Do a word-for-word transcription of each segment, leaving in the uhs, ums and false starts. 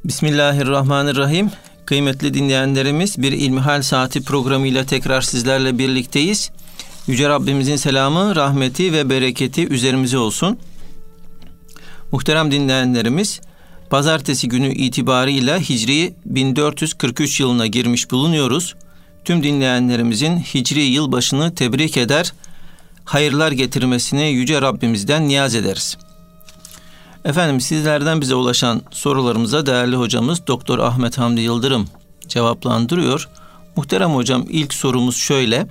Bismillahirrahmanirrahim. Kıymetli dinleyenlerimiz, bir İlmihal Saati programıyla tekrar sizlerle birlikteyiz. Yüce Rabbimizin selamı, rahmeti ve bereketi üzerimize olsun. Muhterem dinleyenlerimiz, pazartesi günü itibarıyla Hicri bin dört yüz kırk üç yılına girmiş bulunuyoruz. Tüm dinleyenlerimizin Hicri yılbaşını tebrik eder, hayırlar getirmesini Yüce Rabbimizden niyaz ederiz. Efendim, sizlerden bize ulaşan sorularımıza değerli hocamız Doktor Ahmet Hamdi Yıldırım cevaplandırıyor. Muhterem hocam, ilk sorumuz şöyle.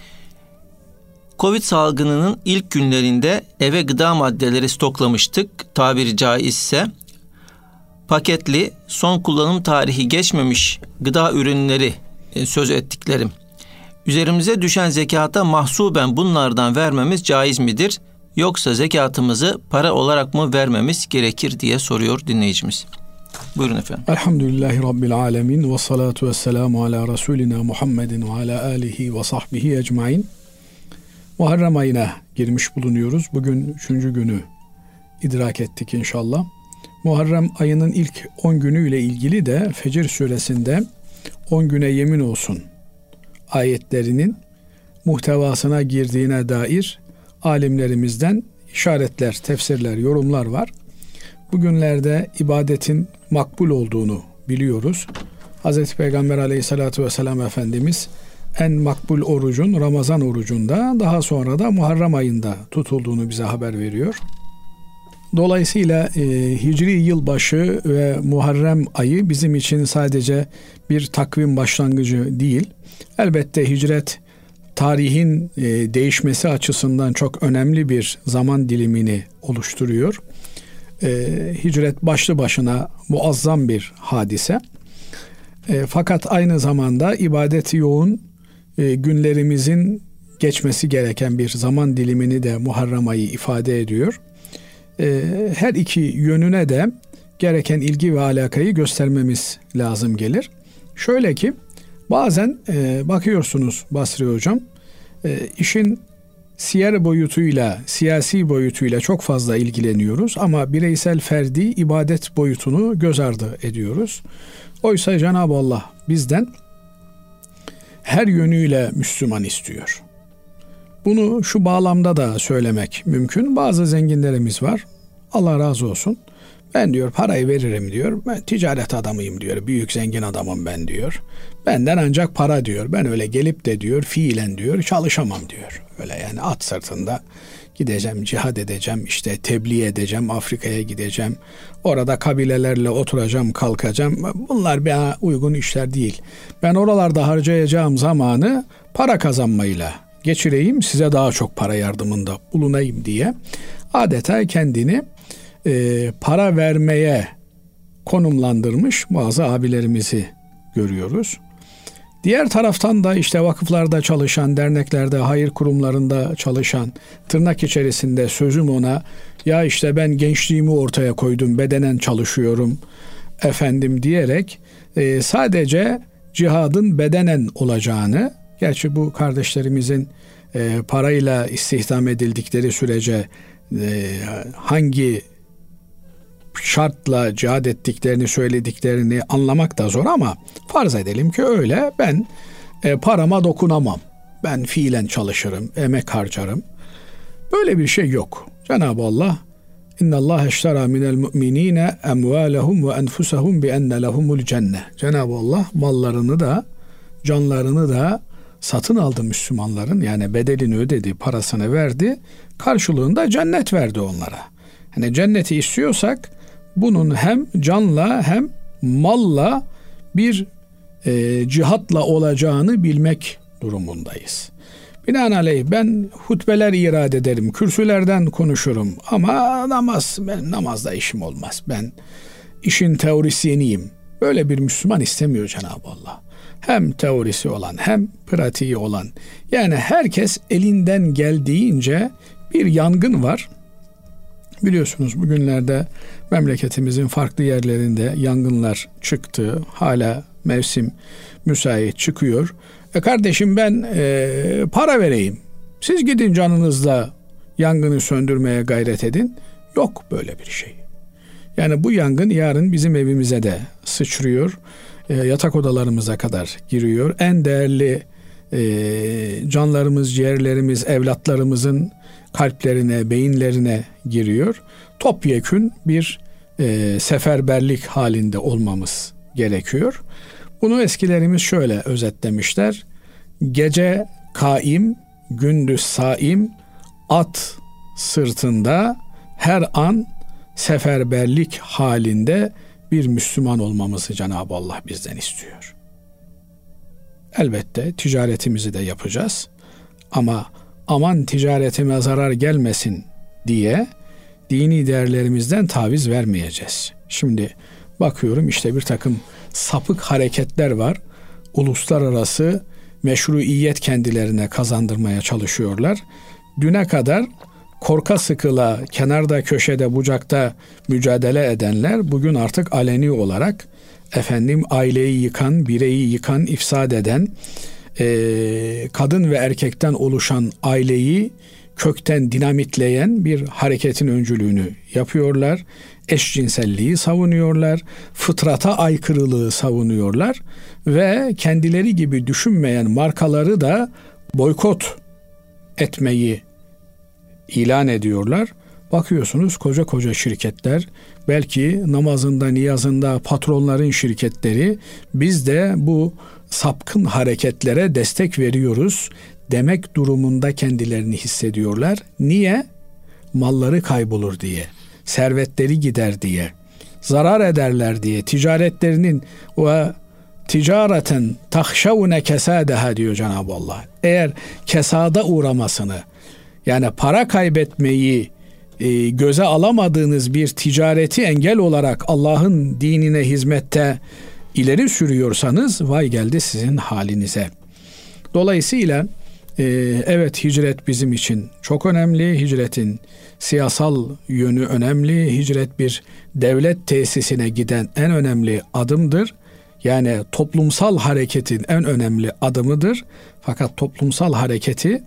Covid salgınının ilk günlerinde eve gıda maddeleri stoklamıştık, tabiri caizse. Paketli, son kullanım tarihi geçmemiş gıda ürünleri e, söz ettiklerim. Üzerimize düşen zekata mahsuben bunlardan vermemiz caiz midir? Yoksa zekatımızı para olarak mı vermemiz gerekir diye soruyor dinleyicimiz. Buyurun efendim. Elhamdülillahi Rabbil alemin ve salatu ve selamu ala Resulina Muhammedin ve ala alihi ve sahbihi ecmain. Muharrem ayına girmiş bulunuyoruz. Bugün üçüncü günü idrak ettik inşallah. Muharrem ayının ilk on günüyle ilgili de Fecir suresinde on güne yemin olsun ayetlerinin muhtevasına girdiğine dair alimlerimizden işaretler, tefsirler, yorumlar var. Bugünlerde ibadetin makbul olduğunu biliyoruz. Hazreti Peygamber Aleyhisselatü Vesselam Efendimiz en makbul orucun Ramazan orucunda, daha sonra da Muharrem ayında tutulduğunu bize haber veriyor. Dolayısıyla e, Hicri yılbaşı ve Muharrem ayı bizim için sadece bir takvim başlangıcı değil. Elbette hicret tarihin e, değişmesi açısından çok önemli bir zaman dilimini oluşturuyor. E, hicret başlı başına muazzam bir hadise. E, fakat aynı zamanda ibadet yoğun e, günlerimizin geçmesi gereken bir zaman dilimini de Muharrem ayı ifade ediyor. E, her iki yönüne de gereken ilgi ve alakayı göstermemiz lazım gelir. Şöyle ki, bazen e, bakıyorsunuz Basri Hocam, e, işin siyer boyutuyla, siyasi boyutuyla çok fazla ilgileniyoruz ama bireysel ferdi ibadet boyutunu göz ardı ediyoruz. Oysa Cenab-ı Allah bizden her yönüyle Müslüman istiyor. Bunu şu bağlamda da söylemek mümkün. Bazı zenginlerimiz var. Allah razı olsun. Ben diyor parayı veririm diyor. Ben ticaret adamıyım diyor. Büyük zengin adamım ben diyor. Benden ancak para diyor. Ben öyle gelip de diyor fiilen diyor çalışamam diyor. Öyle yani at sırtında gideceğim, cihad edeceğim, işte tebliğ edeceğim, Afrika'ya gideceğim. Orada kabilelerle oturacağım, kalkacağım. Bunlar bana uygun işler değil. Ben oralarda harcayacağım zamanı para kazanmayla geçireyim, size daha çok para yardımında bulunayım diye adeta kendini e, para vermeye konumlandırmış bazı abilerimizi görüyoruz. Diğer taraftan da işte vakıflarda çalışan, derneklerde, hayır kurumlarında çalışan, tırnak içerisinde sözüm ona, ya işte ben gençliğimi ortaya koydum, bedenen çalışıyorum efendim diyerek e, sadece cihadın bedenen olacağını, gerçi bu kardeşlerimizin e, parayla istihdam edildikleri sürece e, hangi şartla cihad ettiklerini, söylediklerini anlamak da zor ama farz edelim ki öyle. Ben e, parama dokunamam. Ben fiilen çalışırım, emek harcarım. Böyle bir şey yok. Cenab-ı Allah İnna Allah eştera minel mu'minine emvalehum ve enfusahum bi enne lehumul cenne. Cenab-ı Allah mallarını da canlarını da satın aldı Müslümanların, yani bedelini ödedi, parasını verdi, karşılığında cennet verdi onlara. Hani cenneti istiyorsak bunun hem canla hem malla bir e, cihatla olacağını bilmek durumundayız. Binaenaleyh ben hutbeler irad ederim, kürsülerden konuşurum ama namaz, benim namazda işim olmaz. Ben işin teorisyeniyim. Böyle bir Müslüman istemiyor Cenab-ı Allah. Hem teorisi olan hem pratiği olan. Yani herkes elinden geldiğince bir yangın var. Biliyorsunuz bugünlerde memleketimizin farklı yerlerinde yangınlar çıktı. Hala mevsim müsait çıkıyor. E kardeşim ben e, para vereyim. Siz gidin canınızla yangını söndürmeye gayret edin. Yok böyle bir şey. Yani bu yangın yarın bizim evimize de sıçrıyor. E, yatak odalarımıza kadar giriyor. En değerli e, canlarımız, ciğerlerimiz, evlatlarımızın kalplerine, beyinlerine giriyor. Topyekün bir e, seferberlik halinde olmamız gerekiyor. Bunu eskilerimiz şöyle özetlemişler. Gece kaim, gündüz saim, at sırtında her an seferberlik halinde bir Müslüman olmamızı Cenab-ı Allah bizden istiyor. Elbette ticaretimizi de yapacağız ama aman ticaretime zarar gelmesin diye dini değerlerimizden taviz vermeyeceğiz. Şimdi bakıyorum işte bir takım sapık hareketler var. Uluslararası meşruiyet kendilerine kazandırmaya çalışıyorlar. Düne kadar korka sıkıla kenarda köşede bucakta mücadele edenler bugün artık aleni olarak efendim aileyi yıkan, bireyi yıkan, ifsad eden, e, kadın ve erkekten oluşan aileyi kökten dinamitleyen bir hareketin öncülüğünü yapıyorlar. Eşcinselliği savunuyorlar, fıtrata aykırılığı savunuyorlar ve kendileri gibi düşünmeyen markaları da boykot etmeyi ilan ediyorlar. Bakıyorsunuz koca koca şirketler, belki namazında, niyazında patronların şirketleri, biz de bu sapkın hareketlere destek veriyoruz demek durumunda kendilerini hissediyorlar. Niye? Malları kaybolur diye, servetleri gider diye, zarar ederler diye, ticaretlerinin ve ticareten tahşavune kesadeha diyor Cenab-ı Allah. Eğer kesada uğramasını, yani para kaybetmeyi e, göze alamadığınız bir ticareti engel olarak Allah'ın dinine hizmette ileri sürüyorsanız vay geldi sizin halinize. Dolayısıyla e, evet hicret bizim için çok önemli. Hicretin siyasal yönü önemli. Hicret bir devlet tesisine giden en önemli adımdır. Yani toplumsal hareketin en önemli adımıdır. Fakat toplumsal hareketi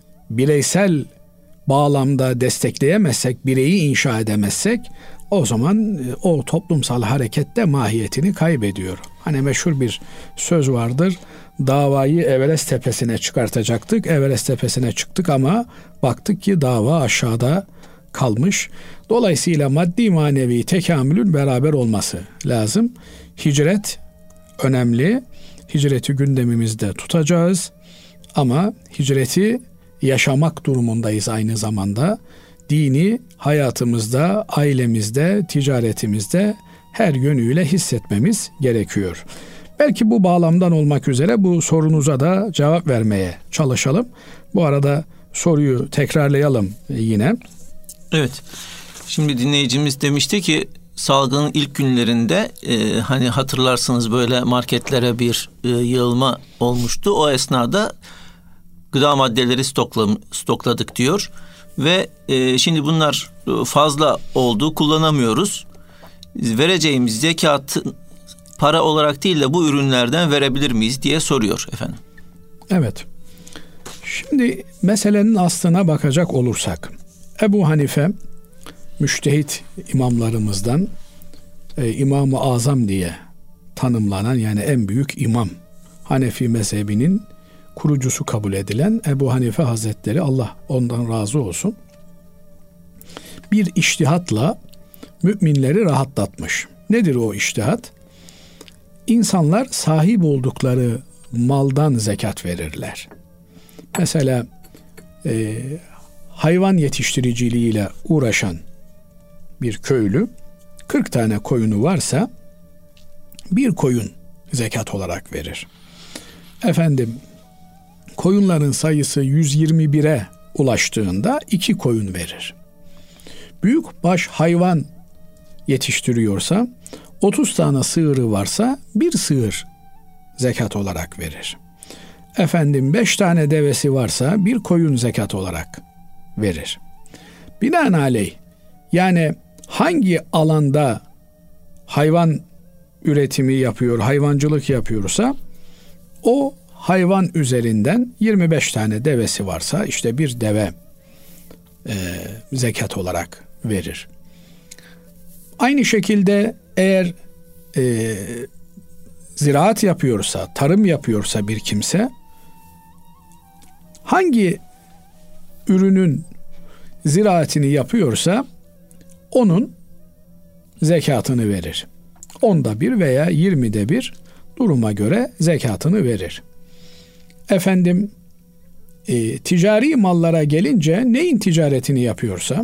bireysel bağlamda destekleyemezsek, bireyi inşa edemezsek o zaman o toplumsal harekette mahiyetini kaybediyor. Hani meşhur bir söz vardır. Davayı Everest tepesine çıkartacaktık. Everest tepesine çıktık ama baktık ki dava aşağıda kalmış. Dolayısıyla maddi manevi tekamülün beraber olması lazım. Hicret önemli. Hicreti gündemimizde tutacağız. Ama hicreti yaşamak durumundayız aynı zamanda. Dini hayatımızda, ailemizde, ticaretimizde her yönüyle hissetmemiz gerekiyor. Belki bu bağlamdan olmak üzere bu sorunuza da cevap vermeye çalışalım. Bu arada soruyu tekrarlayalım yine. Evet. Şimdi dinleyicimiz demişti ki salgının ilk günlerinde e, hani hatırlarsınız böyle marketlere bir e, yığılma olmuştu. O esnada gıda maddeleri stokla, stokladık diyor. Ve e, şimdi bunlar fazla oldu, kullanamıyoruz. Vereceğimiz zekat para olarak değil de bu ürünlerden verebilir miyiz diye soruyor efendim. Evet. Şimdi meselenin aslına bakacak olursak, Ebu Hanife müştehit imamlarımızdan e, İmam-ı Azam diye tanımlanan, yani en büyük imam, Hanefi mezhebinin kurucusu kabul edilen Ebu Hanife Hazretleri, Allah ondan razı olsun, bir içtihatla müminleri rahatlatmış. Nedir o içtihat? İnsanlar sahip oldukları maldan zekat verirler. Mesela e, hayvan yetiştiriciliğiyle uğraşan bir köylü kırk tane koyunu varsa bir koyun zekat olarak verir. Efendim koyunların sayısı yüz yirmi bire ulaştığında iki koyun verir. Büyükbaş hayvan yetiştiriyorsa otuz tane sığırı varsa bir sığır zekat olarak verir. Efendim beş tane devesi varsa bir koyun zekat olarak verir. Binaenaleyh yani hangi alanda hayvan üretimi yapıyor, hayvancılık yapıyorsa o hayvan üzerinden yirmi beş tane devesi varsa işte bir deve e, zekat olarak verir. Aynı şekilde eğer e, ziraat yapıyorsa, tarım yapıyorsa bir kimse, hangi ürünün ziraatini yapıyorsa onun zekatını verir. Onda bir veya yirmide bir duruma göre zekatını verir. Efendim e, ticari mallara gelince neyin ticaretini yapıyorsa,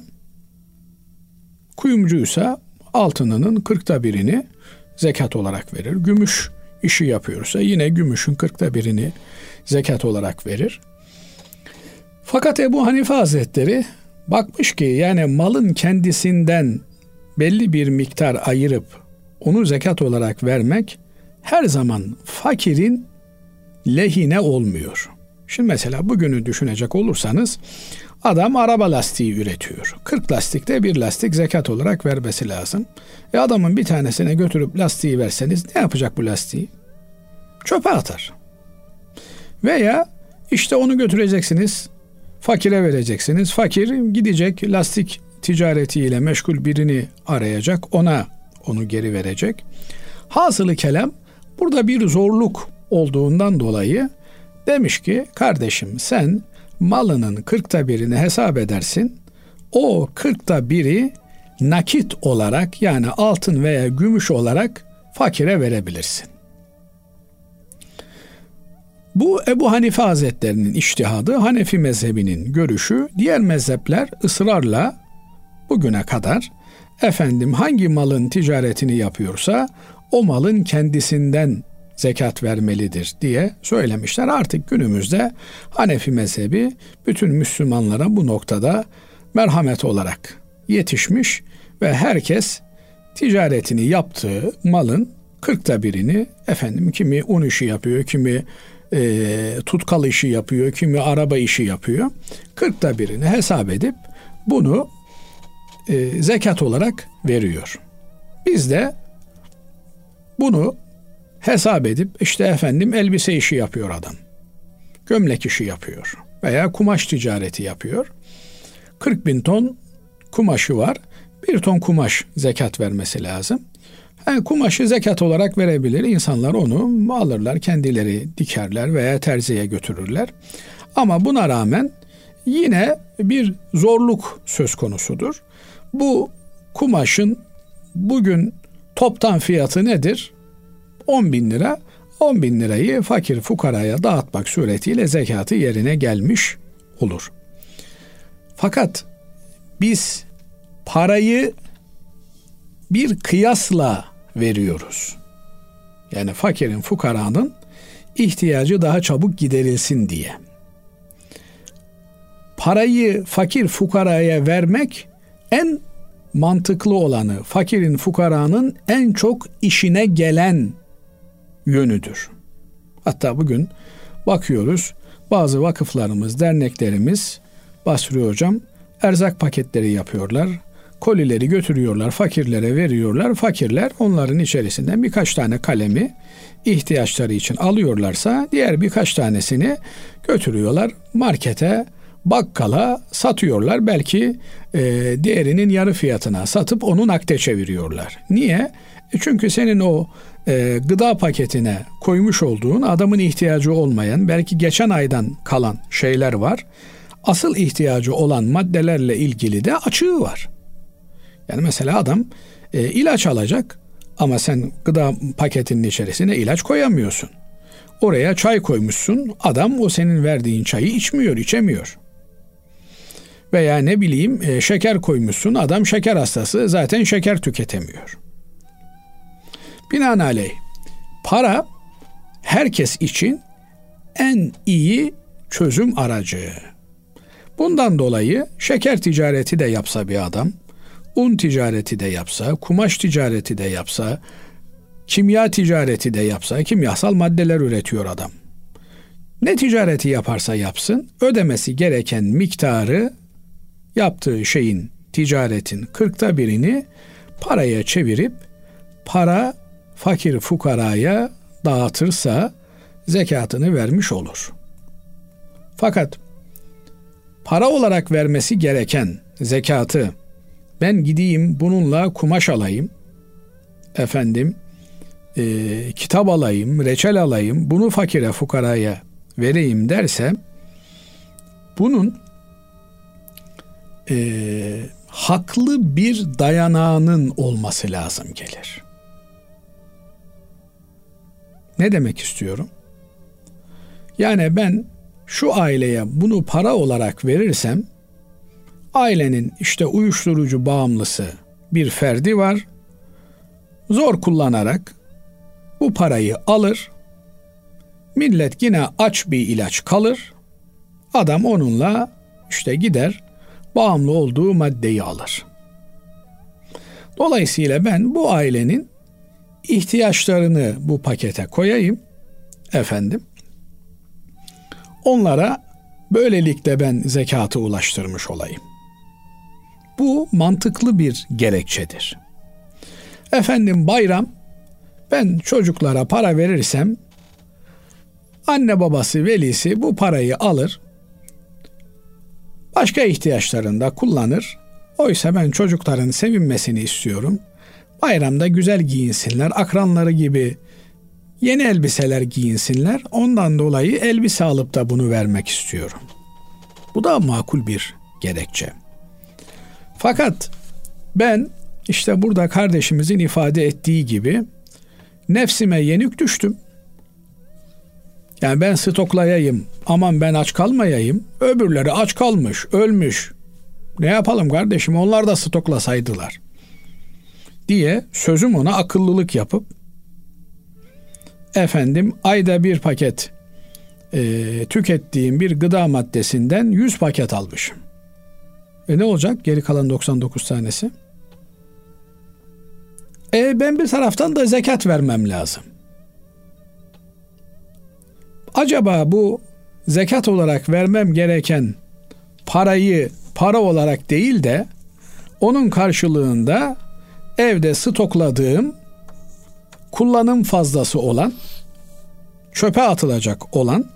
kuyumcuysa altınının kırkta birini zekat olarak verir. Gümüş işi yapıyorsa yine gümüşün kırkta birini zekat olarak verir. Fakat Ebu Hanife Hazretleri bakmış ki yani malın kendisinden belli bir miktar ayırıp onu zekat olarak vermek her zaman fakirin lehine olmuyor. Şimdi mesela bugünü düşünecek olursanız adam araba lastiği üretiyor. kırk lastikte bir lastik zekat olarak vermesi lazım. E adamın bir tanesine götürüp lastiği verseniz ne yapacak bu lastiği? Çöpe atar. Veya işte onu götüreceksiniz, fakire vereceksiniz. Fakir gidecek lastik ticaretiyle meşgul birini arayacak, ona onu geri verecek. Hasılı kelam burada bir zorluk olduğundan dolayı demiş ki kardeşim sen malının kırkta birini hesap edersin. O kırkta biri nakit olarak yani altın veya gümüş olarak fakire verebilirsin. Bu Ebu Hanife Hazretlerinin içtihadı, Hanefi mezhebinin görüşü. Diğer mezhepler ısrarla bugüne kadar efendim hangi malın ticaretini yapıyorsa o malın kendisinden zekat vermelidir diye söylemişler. Artık günümüzde Hanefi mezhebi bütün Müslümanlara bu noktada merhamet olarak yetişmiş ve herkes ticaretini yaptığı malın kırkta birini efendim kimi un işi yapıyor, kimi e, tutkal işi yapıyor, kimi araba işi yapıyor. kırkta birini hesap edip bunu e, zekat olarak veriyor. Biz de bunu hesap edip işte efendim elbise işi yapıyor adam. Gömlek işi yapıyor. Veya kumaş ticareti yapıyor. kırk bin ton kumaşı var. Bir ton kumaş zekat vermesi lazım. Yani kumaşı zekat olarak verebilir. İnsanlar onu alırlar, kendileri dikerler veya terziye götürürler. Ama buna rağmen yine bir zorluk söz konusudur. Bu kumaşın bugün toptan fiyatı nedir? on bin lira. on bin lirayı fakir fukaraya dağıtmak suretiyle zekatı yerine gelmiş olur. Fakat biz parayı bir kıyasla veriyoruz. Yani fakirin, fukaranın ihtiyacı daha çabuk giderilsin diye. Parayı fakir fukaraya vermek en mantıklı olanı, fakirin, fukaranın en çok işine gelen yönüdür. Hatta bugün bakıyoruz bazı vakıflarımız, derneklerimiz, Basri Hocam erzak paketleri yapıyorlar. Kolileri götürüyorlar, fakirlere veriyorlar. Fakirler onların içerisinden birkaç tane kalemi ihtiyaçları için alıyorlarsa diğer birkaç tanesini götürüyorlar markete, bakkala satıyorlar. Belki e, diğerinin yarı fiyatına satıp onu nakde çeviriyorlar. Niye? E çünkü senin o e, gıda paketine koymuş olduğun adamın ihtiyacı olmayan, belki geçen aydan kalan şeyler var. Asıl ihtiyacı olan maddelerle ilgili de açığı var. Yani mesela adam e, ilaç alacak ama sen gıda paketinin içerisine ilaç koyamıyorsun. Oraya çay koymuşsun, adam o senin verdiğin çayı içmiyor, içemiyor. Veya ne bileyim e, şeker koymuşsun, adam şeker hastası, zaten şeker tüketemiyor. Binaenaleyh para herkes için en iyi çözüm aracı. Bundan dolayı şeker ticareti de yapsa bir adam, un ticareti de yapsa, kumaş ticareti de yapsa, kimya ticareti de yapsa, kimyasal maddeler üretiyor adam. Ne ticareti yaparsa yapsın, ödemesi gereken miktarı yaptığı şeyin, ticaretin kırkta birini paraya çevirip para fakir fukaraya dağıtırsa zekatını vermiş olur. Fakat para olarak vermesi gereken zekatı ben gideyim bununla kumaş alayım, efendim e, kitap alayım, reçel alayım, bunu fakire fukaraya vereyim dersem, bunun e, haklı bir dayanağının olması lazım gelir. Ne demek istiyorum? Yani ben şu aileye bunu para olarak verirsem, ailenin işte uyuşturucu bağımlısı bir ferdi var, zor kullanarak bu parayı alır, millet yine aç bir ilaç kalır, adam onunla işte gider bağımlı olduğu maddeyi alır. Dolayısıyla ben bu ailenin ihtiyaçlarını bu pakete koyayım, efendim, onlara böylelikle ben zekatı ulaştırmış olayım. Bu mantıklı bir gerekçedir. Efendim bayram, ben çocuklara para verirsem, anne babası velisi bu parayı alır, başka ihtiyaçlarında kullanır. Oysa ben çocukların sevinmesini istiyorum. Bayramda güzel giyinsinler, akranları gibi yeni elbiseler giyinsinler. Ondan dolayı elbise alıp da bunu vermek istiyorum. Bu da makul bir gerekçe. Fakat ben işte burada kardeşimizin ifade ettiği gibi nefsime yenik düştüm. Yani ben stoklayayım, aman ben aç kalmayayım. Öbürleri aç kalmış, ölmüş. Ne yapalım kardeşim, onlar da stoklasaydılar diye sözüm ona akıllılık yapıp efendim ayda bir paket e, tükettiğim bir gıda maddesinden yüz paket almışım. E ne olacak geri kalan doksan dokuz tanesi? E ben bir taraftan da zekat vermem lazım. Acaba bu zekat olarak vermem gereken parayı para olarak değil de onun karşılığında evde stokladığım, kullanım fazlası olan, çöpe atılacak olan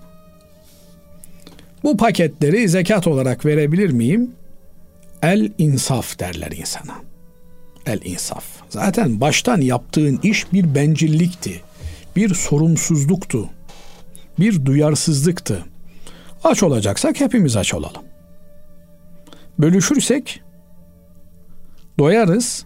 bu paketleri zekat olarak verebilir miyim? El insaf derler insana. El insaf. Zaten baştan yaptığın iş bir bencillikti, bir sorumsuzluktu, bir duyarsızlıktı. Aç olacaksak hepimiz aç olalım. Bölüşürsek doyarız,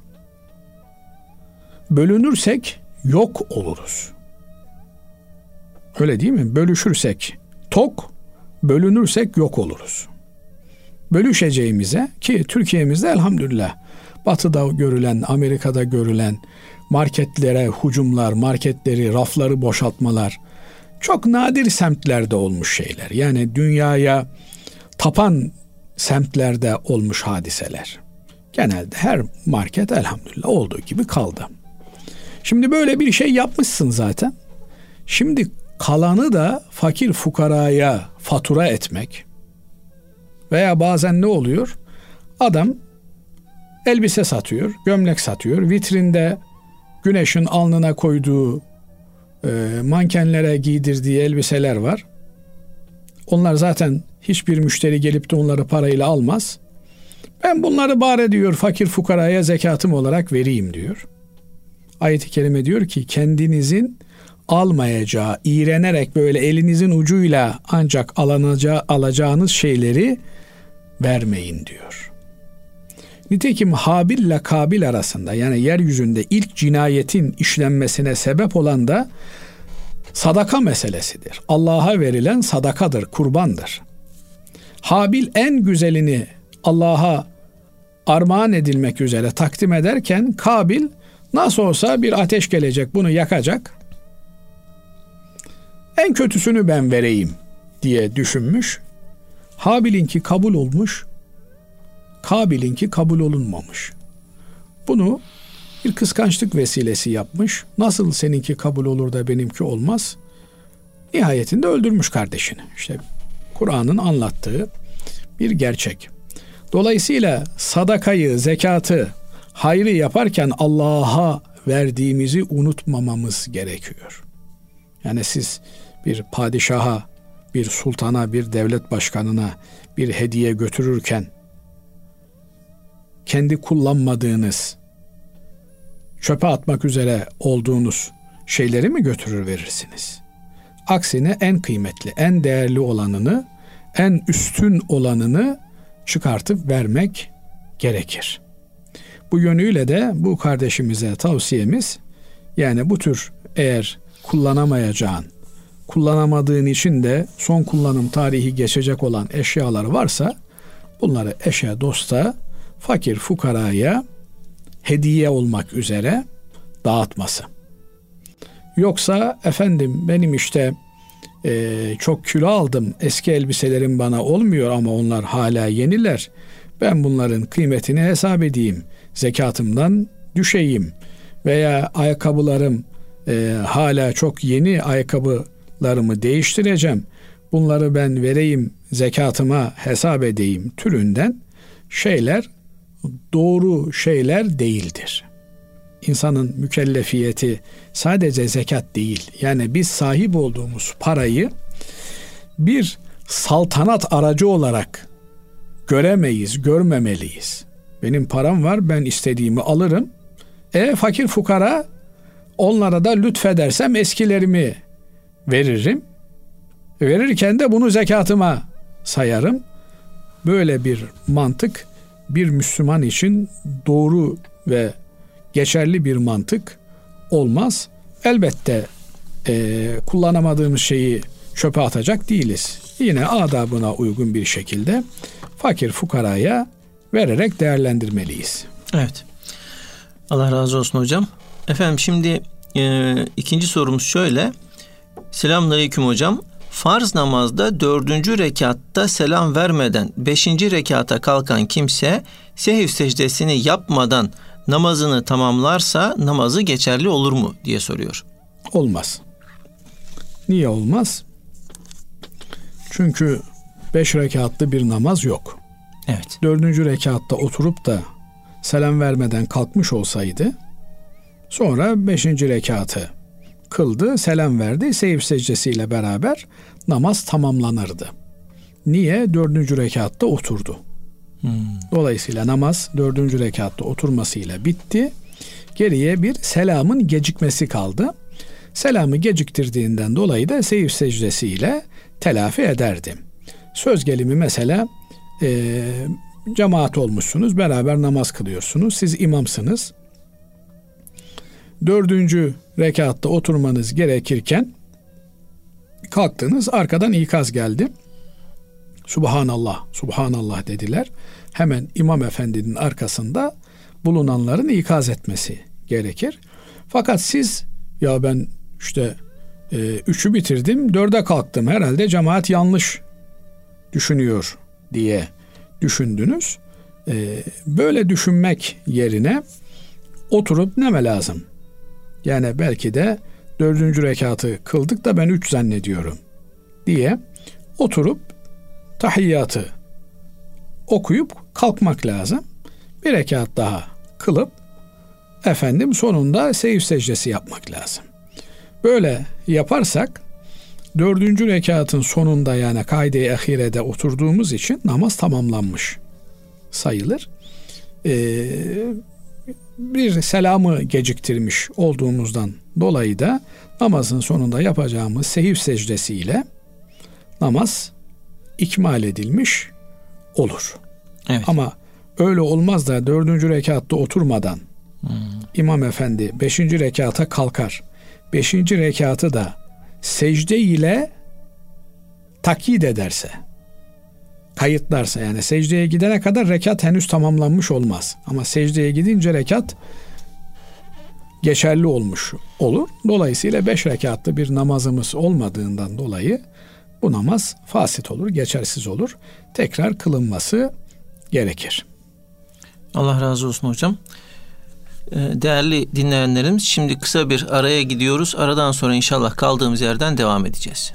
bölünürsek yok oluruz. Öyle değil mi? Bölüşürsek tok, bölünürsek yok oluruz. Bölüşeceğimize, ki Türkiye'mizde elhamdülillah Batı'da görülen, Amerika'da görülen marketlere hücumlar, marketleri, rafları boşaltmalar çok nadir semtlerde olmuş şeyler. Yani dünyaya tapan semtlerde olmuş hadiseler. Genelde her market elhamdülillah olduğu gibi kaldı. Şimdi böyle bir şey yapmışsın zaten. Şimdi kalanı da fakir fukaraya fatura etmek veya bazen ne oluyor? Adam elbise satıyor, gömlek satıyor. Vitrinde güneşin alnına koyduğu e, mankenlere giydirdiği elbiseler var. Onlar zaten hiçbir müşteri gelip de onları parayla almaz. Ben bunları bari diyor fakir fukaraya zekatım olarak vereyim diyor. Ayet-i kerime diyor ki kendinizin almayacağı, iğrenerek böyle elinizin ucuyla ancak alınacağı, alacağınız şeyleri vermeyin diyor. Nitekim Habil ile Kabil arasında, yani yeryüzünde ilk cinayetin işlenmesine sebep olan da sadaka meselesidir. Allah'a verilen sadakadır, kurbandır. Habil en güzelini Allah'a armağan edilmek üzere takdim ederken Kabil nasıl olsa bir ateş gelecek, bunu yakacak, en kötüsünü ben vereyim diye düşünmüş. Habil'inki kabul olmuş, Kabil'inki kabul olunmamış. Bunu bir kıskançlık vesilesi yapmış. Nasıl seninki kabul olur da benimki olmaz? Nihayetinde öldürmüş kardeşini. İşte Kur'an'ın anlattığı bir gerçek. Dolayısıyla sadakayı, zekatı, hayrı yaparken Allah'a verdiğimizi unutmamamız gerekiyor. Yani siz bir padişaha, bir sultana, bir devlet başkanına bir hediye götürürken kendi kullanmadığınız, çöpe atmak üzere olduğunuz şeyleri mi götürür verirsiniz? Aksine en kıymetli, en değerli olanını, en üstün olanını çıkartıp vermek gerekir. Bu yönüyle de bu kardeşimize tavsiyemiz, yani bu tür eğer kullanamayacağın, kullanamadığın için de son kullanım tarihi geçecek olan eşyalar varsa bunları eşe, dosta, fakir, fukaraya hediye olmak üzere dağıtması. Yoksa efendim benim işte e, çok kilo aldım, eski elbiselerim bana olmuyor ama onlar hala yeniler. Ben bunların kıymetini hesap edeyim, zekatımdan düşeyim veya ayakkabılarım e, hala çok yeni, ayakkabılarımı değiştireceğim. Bunları ben vereyim, zekatıma hesap edeyim türünden şeyler doğru şeyler değildir. İnsanın mükellefiyeti sadece zekat değil. Yani biz sahip olduğumuz parayı bir saltanat aracı olarak göremeyiz, görmemeliyiz. Benim param var, ben istediğimi alırım. E fakir fukara, onlara da lütfedersem eskilerimi veririm. Verirken de bunu zekatıma sayarım. Böyle bir mantık bir Müslüman için doğru ve geçerli bir mantık olmaz. Elbette e, kullanamadığımız şeyi çöpe atacak değiliz. Yine adabına uygun bir şekilde fakir fukaraya vererek değerlendirmeliyiz. Evet. Allah razı olsun hocam. Efendim şimdi e, ikinci sorumuz şöyle. Selamünaleyküm hocam. Farz namazda dördüncü rekatta selam vermeden beşinci rekata kalkan kimse sehv secdesini yapmadan namazını tamamlarsa namazı geçerli olur mu diye soruyor. Olmaz. Niye olmaz? Çünkü beş rekatlı bir namaz yok. Evet. Dördüncü rekatta oturup da selam vermeden kalkmış olsaydı sonra beşinci rekatı kıldı, selam verdi, sehv secdesiyle beraber namaz tamamlanırdı. Niye? Dördüncü rekatta oturdu. Hmm. Dolayısıyla namaz dördüncü rekatta oturmasıyla bitti. Geriye bir selamın gecikmesi kaldı. Selamı geciktirdiğinden dolayı da sehv secdesiyle telafi ederdi. Söz gelimi mesela e, cemaat olmuşsunuz, beraber namaz kılıyorsunuz, siz imamsınız. Dördüncü rekatta oturmanız gerekirken kalktınız, arkadan ikaz geldi. Subhanallah, Subhanallah dediler. Hemen imam efendinin arkasında bulunanların ikaz etmesi gerekir. Fakat siz ya ben işte e, üçü bitirdim, dörde kalktım, herhalde cemaat yanlış düşünüyor diye düşündünüz. E, böyle düşünmek yerine oturup neme lazım? Yani belki de dördüncü rekatı kıldık da ben üç zannediyorum diye oturup tahiyyatı okuyup kalkmak lazım. Bir rekat daha kılıp efendim sonunda sehv secdesi yapmak lazım. Böyle yaparsak dördüncü rekatın sonunda yani kaide-i ahirede oturduğumuz için namaz tamamlanmış sayılır. Ee, bir selamı geciktirmiş olduğumuzdan dolayı da namazın sonunda yapacağımız sehv secdesiyle namaz ikmal edilmiş olur. Evet. Ama öyle olmaz da dördüncü rekatta oturmadan hmm. imam efendi beşinci rekata kalkar. Beşinci rekatı da secde ile takyit ederse, kayıtlarsa, yani secdeye gidene kadar rekat henüz tamamlanmış olmaz. Ama secdeye gidince rekat geçerli olmuş olur. Dolayısıyla beş rekatlı bir namazımız olmadığından dolayı bu namaz fasit olur, geçersiz olur. Tekrar kılınması gerekir. Allah razı olsun hocam. Değerli dinleyenlerimiz, şimdi kısa bir araya gidiyoruz. Aradan sonra inşallah kaldığımız yerden devam edeceğiz.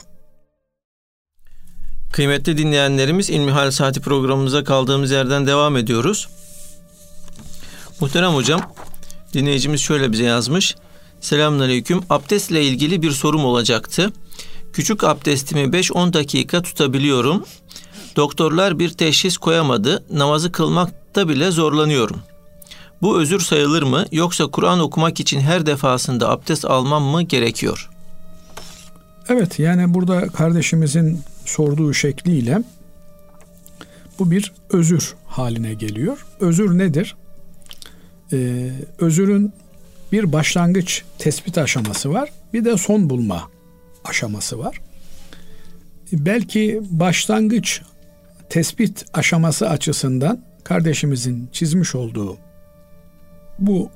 Kıymetli dinleyenlerimiz, İlmihal Saati programımıza kaldığımız yerden devam ediyoruz. Muhterem hocam, dinleyicimiz şöyle bize yazmış. Selamünaleyküm. Abdestle ilgili bir sorum olacaktı. Küçük abdestimi beş on dakika tutabiliyorum. Doktorlar bir teşhis koyamadı. Namazı kılmak hayatta bile zorlanıyorum. Bu özür sayılır mı, yoksa Kur'an okumak için her defasında abdest almam mı gerekiyor? Evet, yani burada kardeşimizin sorduğu şekliyle bu bir özür haline geliyor. Özür nedir? Ee, özürün bir başlangıç tespit aşaması var, bir de son bulma aşaması var. Belki başlangıç tespit aşaması açısından kardeşimizin çizmiş olduğu bu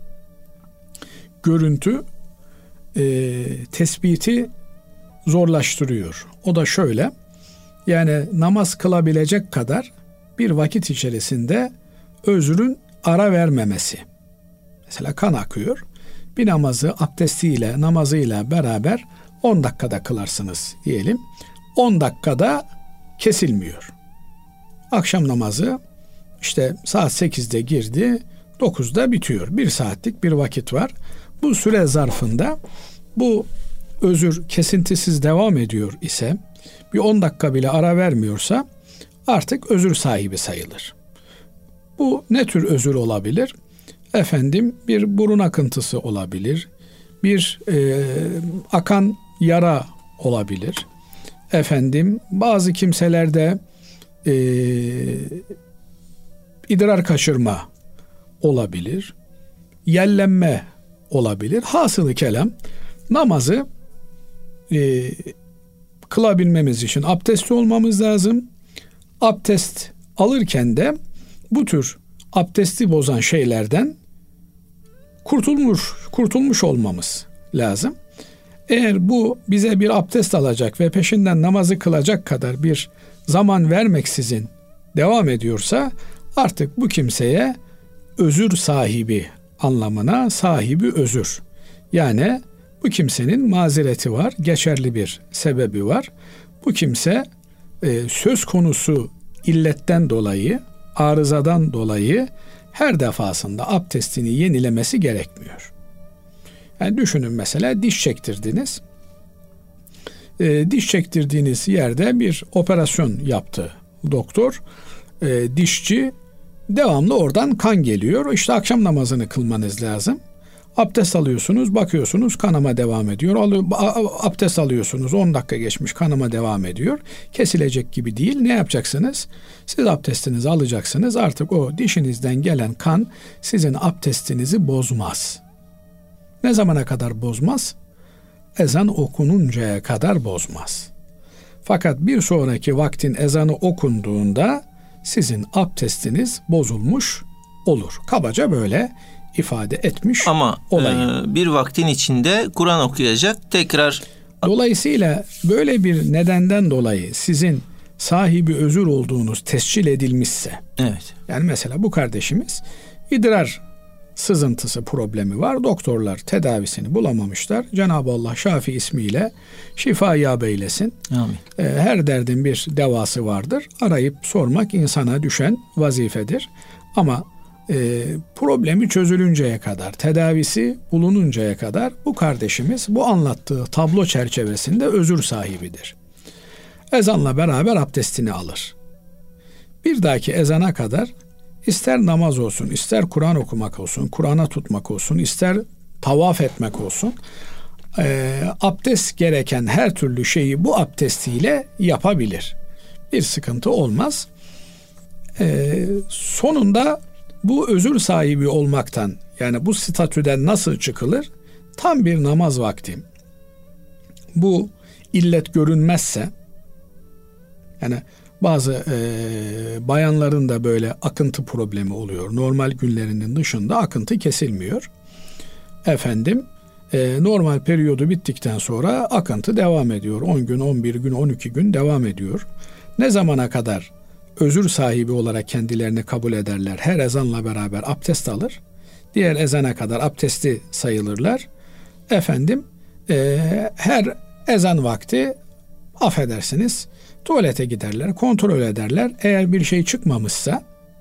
görüntü e, tespiti zorlaştırıyor. O da şöyle, yani namaz kılabilecek kadar bir vakit içerisinde özrün ara vermemesi. Mesela kan akıyor. Bir namazı abdestiyle, namazıyla beraber on dakikada kılarsınız diyelim. on dakikada kesilmiyor. Akşam namazı işte saat sekizde girdi, dokuzda bitiyor. Bir saatlik bir vakit var. Bu süre zarfında bu özür kesintisiz devam ediyor ise, bir on dakika bile ara vermiyorsa artık özür sahibi sayılır. Bu ne tür özür olabilir? Efendim, bir burun akıntısı olabilir, bir e, akan yara olabilir. Efendim, bazı kimselerde e, idrar kaçırma olabilir, yellenme olabilir. Hasılı kelam, namazı e, kılabilmemiz için abdestli olmamız lazım. Abdest alırken de bu tür abdesti bozan şeylerden kurtulmuş, kurtulmuş olmamız lazım. Eğer bu bize bir abdest alacak ve peşinden namazı kılacak kadar bir zaman vermeksizin devam ediyorsa, artık bu kimseye özür sahibi anlamına, sahibi özür. Yani bu kimsenin mazereti var, geçerli bir sebebi var. Bu kimse e, söz konusu illetten dolayı, arızadan dolayı her defasında abdestini yenilemesi gerekmiyor. Yani düşünün, mesela diş çektirdiniz. E, diş çektirdiğiniz yerde bir operasyon yaptı doktor. E, dişçi, devamlı oradan kan geliyor. İşte akşam namazını kılmanız lazım. Abdest alıyorsunuz, bakıyorsunuz kanama devam ediyor. Abdest alıyorsunuz, on dakika geçmiş, kanama devam ediyor. Kesilecek gibi değil. Ne yapacaksınız? Siz abdestinizi alacaksınız. Artık o dişinizden gelen kan sizin abdestinizi bozmaz. Ne zamana kadar bozmaz? Ezan okununcaya kadar bozmaz. Fakat bir sonraki vaktin ezanı okunduğunda sizin abdestiniz bozulmuş olur. Kabaca böyle ifade etmiş ama olayı. E, bir vaktin içinde Kur'an okuyacak, tekrar. Dolayısıyla böyle bir nedenden dolayı sizin sahibi özür olduğunuz tescil edilmişse, evet. Yani mesela bu kardeşimiz idrar sızıntısı problemi var. Doktorlar tedavisini bulamamışlar. Cenab-ı Allah Şafi ismiyle şifa yâb eylesin. Amin. Her derdin bir devası vardır. Arayıp sormak insana düşen vazifedir. Ama e, problemi çözülünceye kadar, tedavisi bulununcaya kadar bu kardeşimiz bu anlattığı tablo çerçevesinde özür sahibidir. Ezanla beraber abdestini alır. Bir dahaki ezana kadar ister namaz olsun, ister Kur'an okumak olsun, Kur'an'a tutmak olsun, ister tavaf etmek olsun, e, abdest gereken her türlü şeyi bu abdestiyle yapabilir. Bir sıkıntı olmaz. E, sonunda bu özür sahibi olmaktan, yani bu statüden nasıl çıkılır? Tam bir namaz vakti bu illet görünmezse, yani bazı e, bayanların da böyle akıntı problemi oluyor. Normal günlerinin dışında akıntı kesilmiyor. Efendim e, normal periyodu bittikten sonra akıntı devam ediyor. on gün, on bir gün, on iki gün devam ediyor. Ne zamana kadar özür sahibi olarak kendilerini kabul ederler? Her ezanla beraber abdest alır. Diğer ezana kadar abdesti sayılırlar. Efendim e, her ezan vakti affedersiniz tuvalete giderler, kontrol ederler. Eğer bir şey çıkmamışsa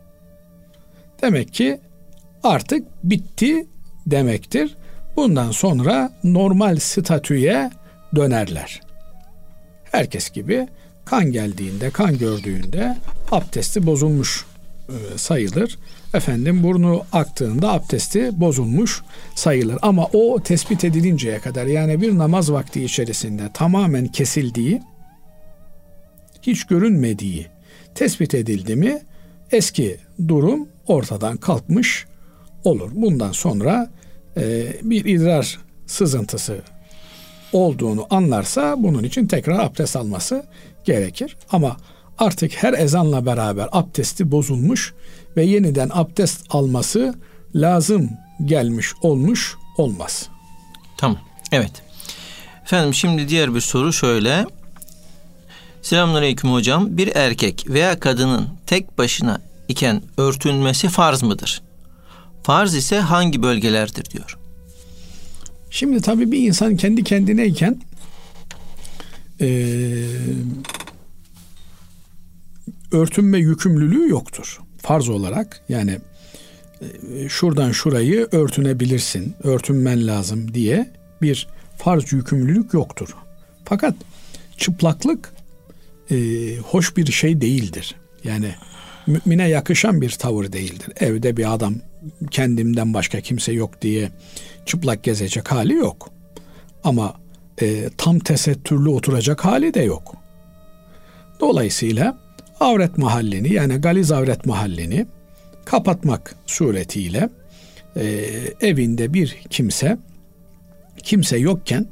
demek ki artık bitti demektir. Bundan sonra normal statüye dönerler. Herkes gibi kan geldiğinde, kan gördüğünde abdesti bozulmuş e, sayılır. Efendim burnu aktığında abdesti bozulmuş sayılır. Ama o tespit edilinceye kadar, yani bir namaz vakti içerisinde tamamen kesildiği, hiç görünmediği tespit edildi mi eski durum ortadan kalkmış olur. Bundan sonra e, bir idrar sızıntısı olduğunu anlarsa bunun için tekrar abdest alması gerekir. Ama artık her ezanla beraber abdesti bozulmuş ve yeniden abdest alması lazım gelmiş olmuş olmaz. Tamam. Evet. Efendim şimdi diğer bir soru şöyle. Selamünaleyküm hocam. Bir erkek veya kadının tek başına iken örtünmesi farz mıdır? Farz ise hangi bölgelerdir diyor. Şimdi tabii bir insan kendi kendineyken e, örtünme yükümlülüğü yoktur. Farz olarak, yani e, şuradan şurayı örtünebilirsin, örtünmen lazım diye bir farz yükümlülük yoktur. Fakat çıplaklık e, hoş bir şey değildir. Yani mümine yakışan bir tavır değildir. Evde bir adam kendimden başka kimse yok diye çıplak gezecek hali yok. Ama e, tam tesettürlü oturacak hali de yok. Dolayısıyla avret mahallini, yani galiz avret mahallini kapatmak suretiyle e, evinde bir kimse kimse yokken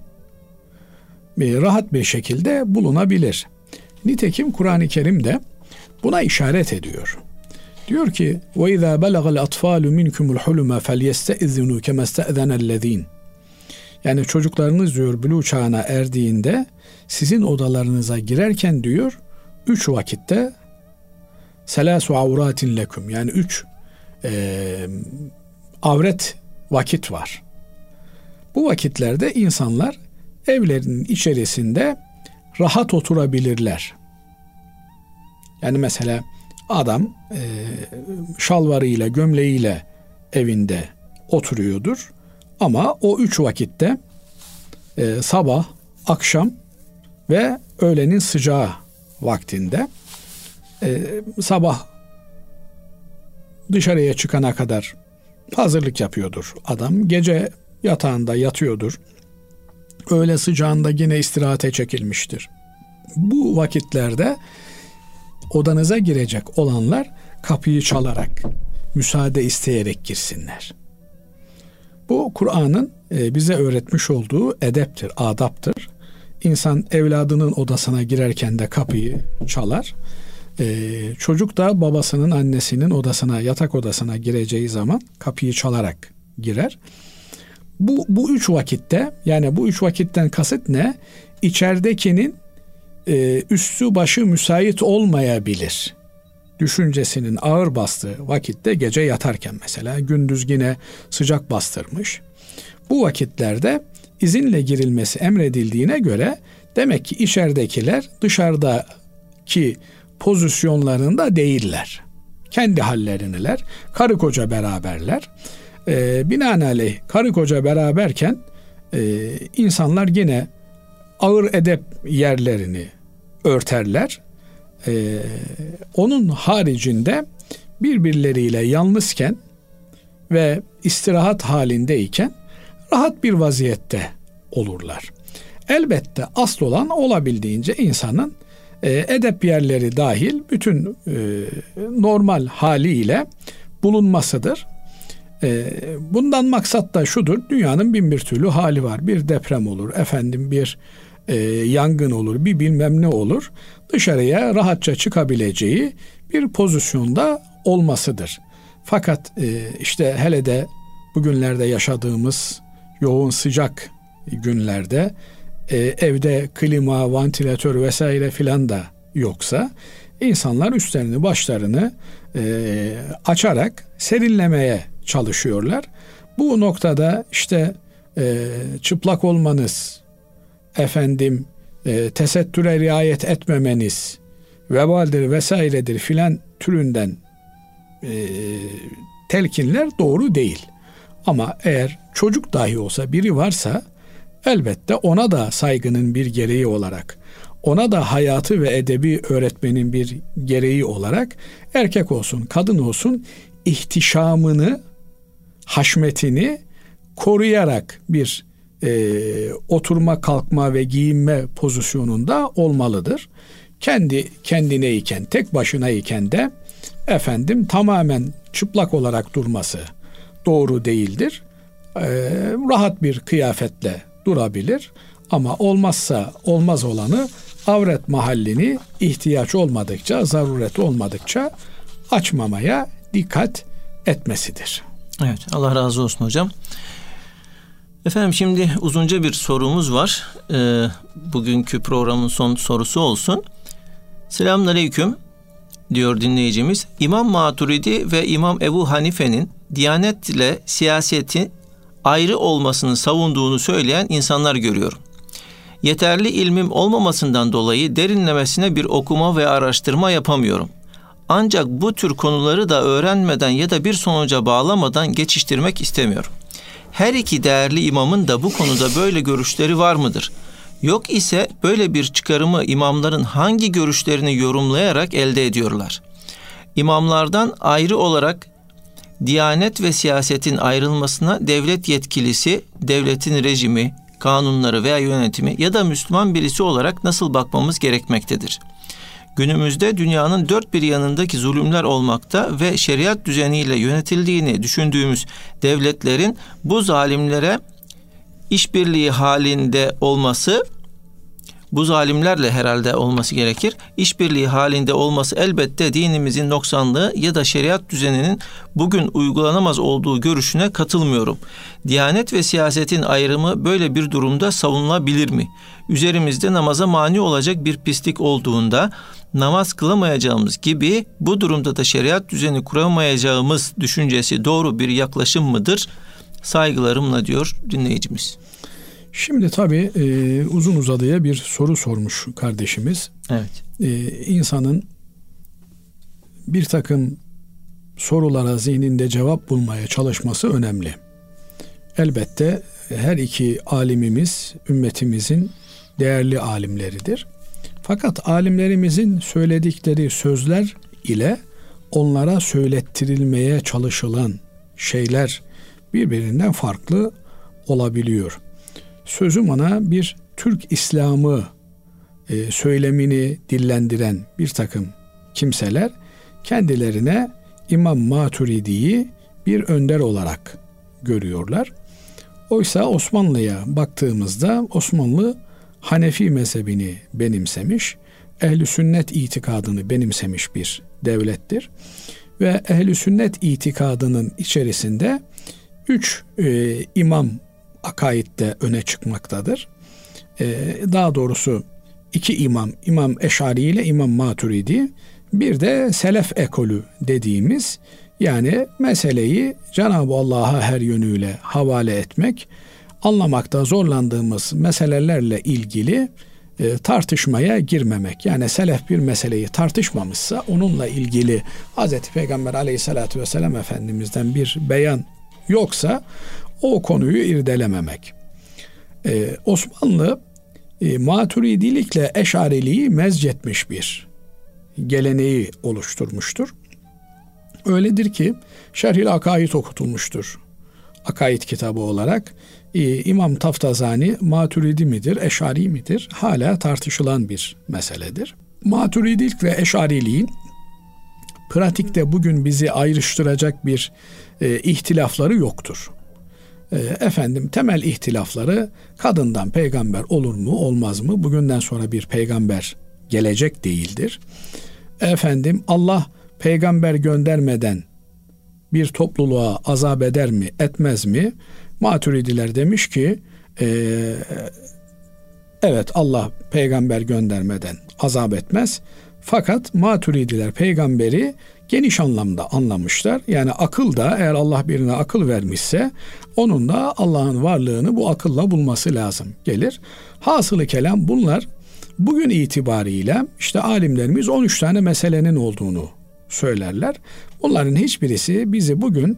e, rahat bir şekilde bulunabilir. Nitekim Kur'an-ı Kerim de buna işaret ediyor. Diyor ki: وَاِذَا بَلَغَ الْاَطْفَالُ مِنْكُمُ الْحُلُمَ فَلْيَسْتَئِذِنُوا كَمَا اسْتَأْذَنَ الَّذ۪ينَ. Yani çocuklarınız diyor buluğ çağına erdiğinde sizin odalarınıza girerken diyor üç vakitte selâsu avratin leküm, yani üç e, avret vakit var. Bu vakitlerde insanlar evlerinin içerisinde rahat oturabilirler. Yani mesela adam e, şalvarıyla, gömleğiyle evinde oturuyordur. Ama o üç vakitte e, sabah, akşam ve öğlenin sıcağı vaktinde e, sabah dışarıya çıkana kadar hazırlık yapıyordur adam. Gece yatağında yatıyordur. Öğle sıcağında yine istirahate çekilmiştir. Bu vakitlerde odanıza girecek olanlar kapıyı çalarak, müsaade isteyerek girsinler. Bu Kur'an'ın bize öğretmiş olduğu edeptir, adaptır. İnsan evladının odasına girerken de kapıyı çalar. Ee, çocuk da babasının, annesinin odasına, yatak odasına gireceği zaman kapıyı çalarak girer. Bu, bu üç vakitte, yani bu üç vakitten kasıt ne? İçeridekinin e, üstü başı müsait olmayabilir düşüncesinin ağır bastığı vakitte, gece yatarken mesela, gündüz yine sıcak bastırmış. Bu vakitlerde izinle girilmesi emredildiğine göre demek ki içeridekiler dışarıdaki pozisyonlarında değiller. Kendi hallerindeler. Karı koca beraberler. Ee, binaenaleyh karı koca beraberken e, insanlar yine ağır edep yerlerini örterler. Ee, onun haricinde birbirleriyle yalnızken ve istirahat halindeyken rahat bir vaziyette olurlar. Elbette asıl olan olabildiğince insanın e, edep yerleri dahil bütün e, normal haliyle bulunmasıdır. E, bundan maksat da şudur: dünyanın bin bir türlü hali var. Bir deprem olur, efendim bir e, yangın olur, bir bilmem ne olur. Dışarıya rahatça çıkabileceği bir pozisyonda olmasıdır. Fakat e, işte hele de bugünlerde yaşadığımız yoğun sıcak günlerde e, evde klima, vantilatör vesaire filan da yoksa insanlar üstlerini, başlarını e, açarak serinlemeye çalışıyorlar. Bu noktada işte e, çıplak olmanız, efendim e, tesettüre riayet etmemeniz vebaldir vesairedir filan türünden e, telkinler doğru değil. Ama eğer çocuk dahi olsa biri varsa elbette ona da saygının bir gereği olarak ona da hayatı ve edebi öğretmenin bir gereği olarak erkek olsun, kadın olsun ihtişamını, haşmetini koruyarak bir e, oturma, kalkma ve giyinme pozisyonunda olmalıdır. Kendi kendineyken, tek başınayken de efendim tamamen çıplak olarak durması doğru değildir. E, rahat bir kıyafetle durabilir ama olmazsa olmaz olanı avret mahallini ihtiyaç olmadıkça, zaruret olmadıkça açmamaya dikkat etmesidir. Evet, Allah razı olsun hocam. Efendim şimdi uzunca bir sorumuz var. Ee, bugünkü programın son sorusu olsun. Selamünaleyküm diyor dinleyicimiz. İmam Maturidi ve İmam Ebu Hanife'nin Diyanet ile siyaseti ayrı olmasını savunduğunu söyleyen insanlar görüyorum. Yeterli ilmim olmamasından dolayı derinlemesine bir okuma ve araştırma yapamıyorum. Ancak bu tür konuları da öğrenmeden ya da bir sonuca bağlamadan geçiştirmek istemiyorum. Her iki değerli imamın da bu konuda böyle görüşleri var mıdır? Yok ise böyle bir çıkarımı imamların hangi görüşlerini yorumlayarak elde ediyorlar? İmamlardan ayrı olarak Diyanet ve siyasetin ayrılmasına devlet yetkilisi, devletin rejimi, kanunları veya yönetimi ya da Müslüman birisi olarak nasıl bakmamız gerekmektedir? Günümüzde dünyanın dört bir yanındaki zulümler olmakta ve şeriat düzeniyle yönetildiğini düşündüğümüz devletlerin bu zalimlere işbirliği halinde olması, bu zalimlerle herhalde olması gerekir. İşbirliği halinde olması elbette dinimizin noksanlığı ya da şeriat düzeninin bugün uygulanamaz olduğu görüşüne katılmıyorum. Diyanet ve siyasetin ayrımı böyle bir durumda savunulabilir mi? Üzerimizde namaza mani olacak bir pislik olduğunda namaz kılamayacağımız gibi bu durumda da şeriat düzeni kuramayacağımız düşüncesi doğru bir yaklaşım mıdır? Saygılarımla diyor dinleyicimiz. Şimdi tabii e, uzun uzadıya bir soru sormuş kardeşimiz. Evet. E, insanın bir takım sorulara zihninde cevap bulmaya çalışması önemli. Elbette her iki alimimiz ümmetimizin değerli alimleridir. Fakat alimlerimizin söyledikleri sözler ile onlara söylettirilmeye çalışılan şeyler birbirinden farklı olabiliyor. Sözüm ona bir Türk İslamı e, söylemini dillendiren bir takım kimseler kendilerine İmam Maturidi'yi bir önder olarak görüyorlar. Oysa Osmanlı'ya baktığımızda Osmanlı Hanefi mezhebini benimsemiş, ehl-i sünnet itikadını benimsemiş bir devlettir. Ve ehl-i sünnet itikadının içerisinde üç e, imam akaidde öne çıkmaktadır. Ee, daha doğrusu iki imam, İmam Eş'ari ile İmam Maturidi, bir de selef ekolü dediğimiz, yani meseleyi Cenab-ı Allah'a her yönüyle havale etmek, anlamakta zorlandığımız meselelerle ilgili e, tartışmaya girmemek. Yani selef bir meseleyi tartışmamışsa onunla ilgili Hazreti Peygamber Aleyhisselatü Vesselam Efendimiz'den bir beyan yoksa o konuyu irdelememek. Ee, Osmanlı e, Maturidilikle Eş'ariliği mezcetmiş bir geleneği oluşturmuştur. Öyledir ki Şerh-i Akaid okutulmuştur. Akaid kitabı olarak e, İmam Taftazani Maturidi midir, Eş'ari midir? Hala tartışılan bir meseledir. Maturidilik ve Eş'ariliğin pratikte bugün bizi ayrıştıracak bir e, ihtilafları yoktur. Efendim temel ihtilafları kadından peygamber olur mu olmaz mı? Bugünden sonra bir peygamber gelecek değildir. Efendim Allah peygamber göndermeden bir topluluğa azap eder mi etmez mi? Maturidiler demiş ki e, evet Allah peygamber göndermeden azap etmez. Fakat Maturidiler peygamberi geniş anlamda anlamışlar. Yani akıl da, eğer Allah birine akıl vermişse onun da Allah'ın varlığını bu akılla bulması lazım gelir. Hasılı kelam bunlar bugün itibariyle işte alimlerimiz on üç tane meselenin olduğunu söylerler. Bunların hiçbirisi bizi bugün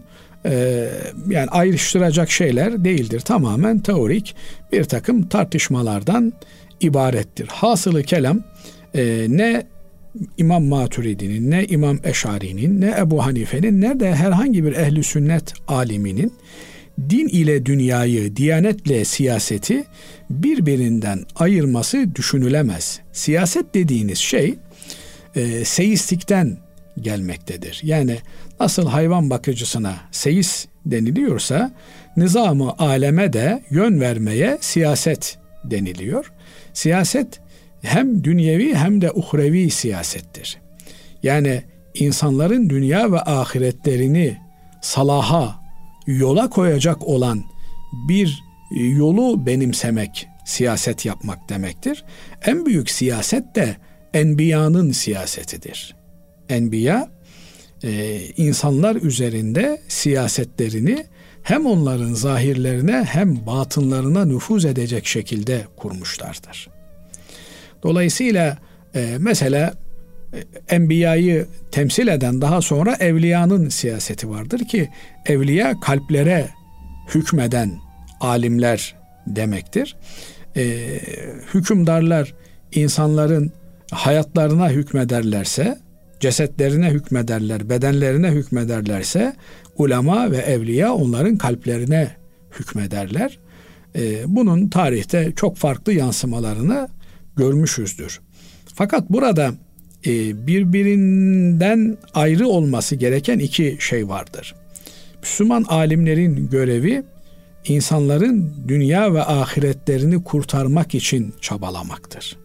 e, yani ayrıştıracak şeyler değildir. Tamamen teorik bir takım tartışmalardan ibarettir. Hasılı kelam e, ne İmam Maturidi'nin, ne İmam Eş'ari'nin, ne Ebu Hanife'nin, ne de herhangi bir ehli sünnet aliminin din ile dünyayı, diyanetle siyaseti birbirinden ayırması düşünülemez. Siyaset dediğiniz şey e, seistikten gelmektedir. Yani nasıl hayvan bakıcısına seis deniliyorsa, nizam-ı aleme de yön vermeye siyaset deniliyor. Siyaset hem dünyevi hem de uhrevi siyasettir. Yani insanların dünya ve ahiretlerini salaha, yola koyacak olan bir yolu benimsemek, siyaset yapmak demektir. En büyük siyaset de enbiyanın siyasetidir. Enbiya, e, insanlar üzerinde siyasetlerini hem onların zahirlerine hem batınlarına nüfuz edecek şekilde kurmuşlardır. Dolayısıyla e, mesela e, enbiyayı temsil eden daha sonra evliyanın siyaseti vardır ki evliya kalplere hükmeden alimler demektir. E, hükümdarlar insanların hayatlarına hükmederlerse, cesetlerine hükmederler, bedenlerine hükmederlerse, ulema ve evliya onların kalplerine hükmederler. E, bunun tarihte çok farklı yansımalarını görmüşüzdür. Fakat burada e, birbirinden ayrı olması gereken iki şey vardır. Müslüman alimlerin görevi insanların dünya ve ahiretlerini kurtarmak için çabalamaktır.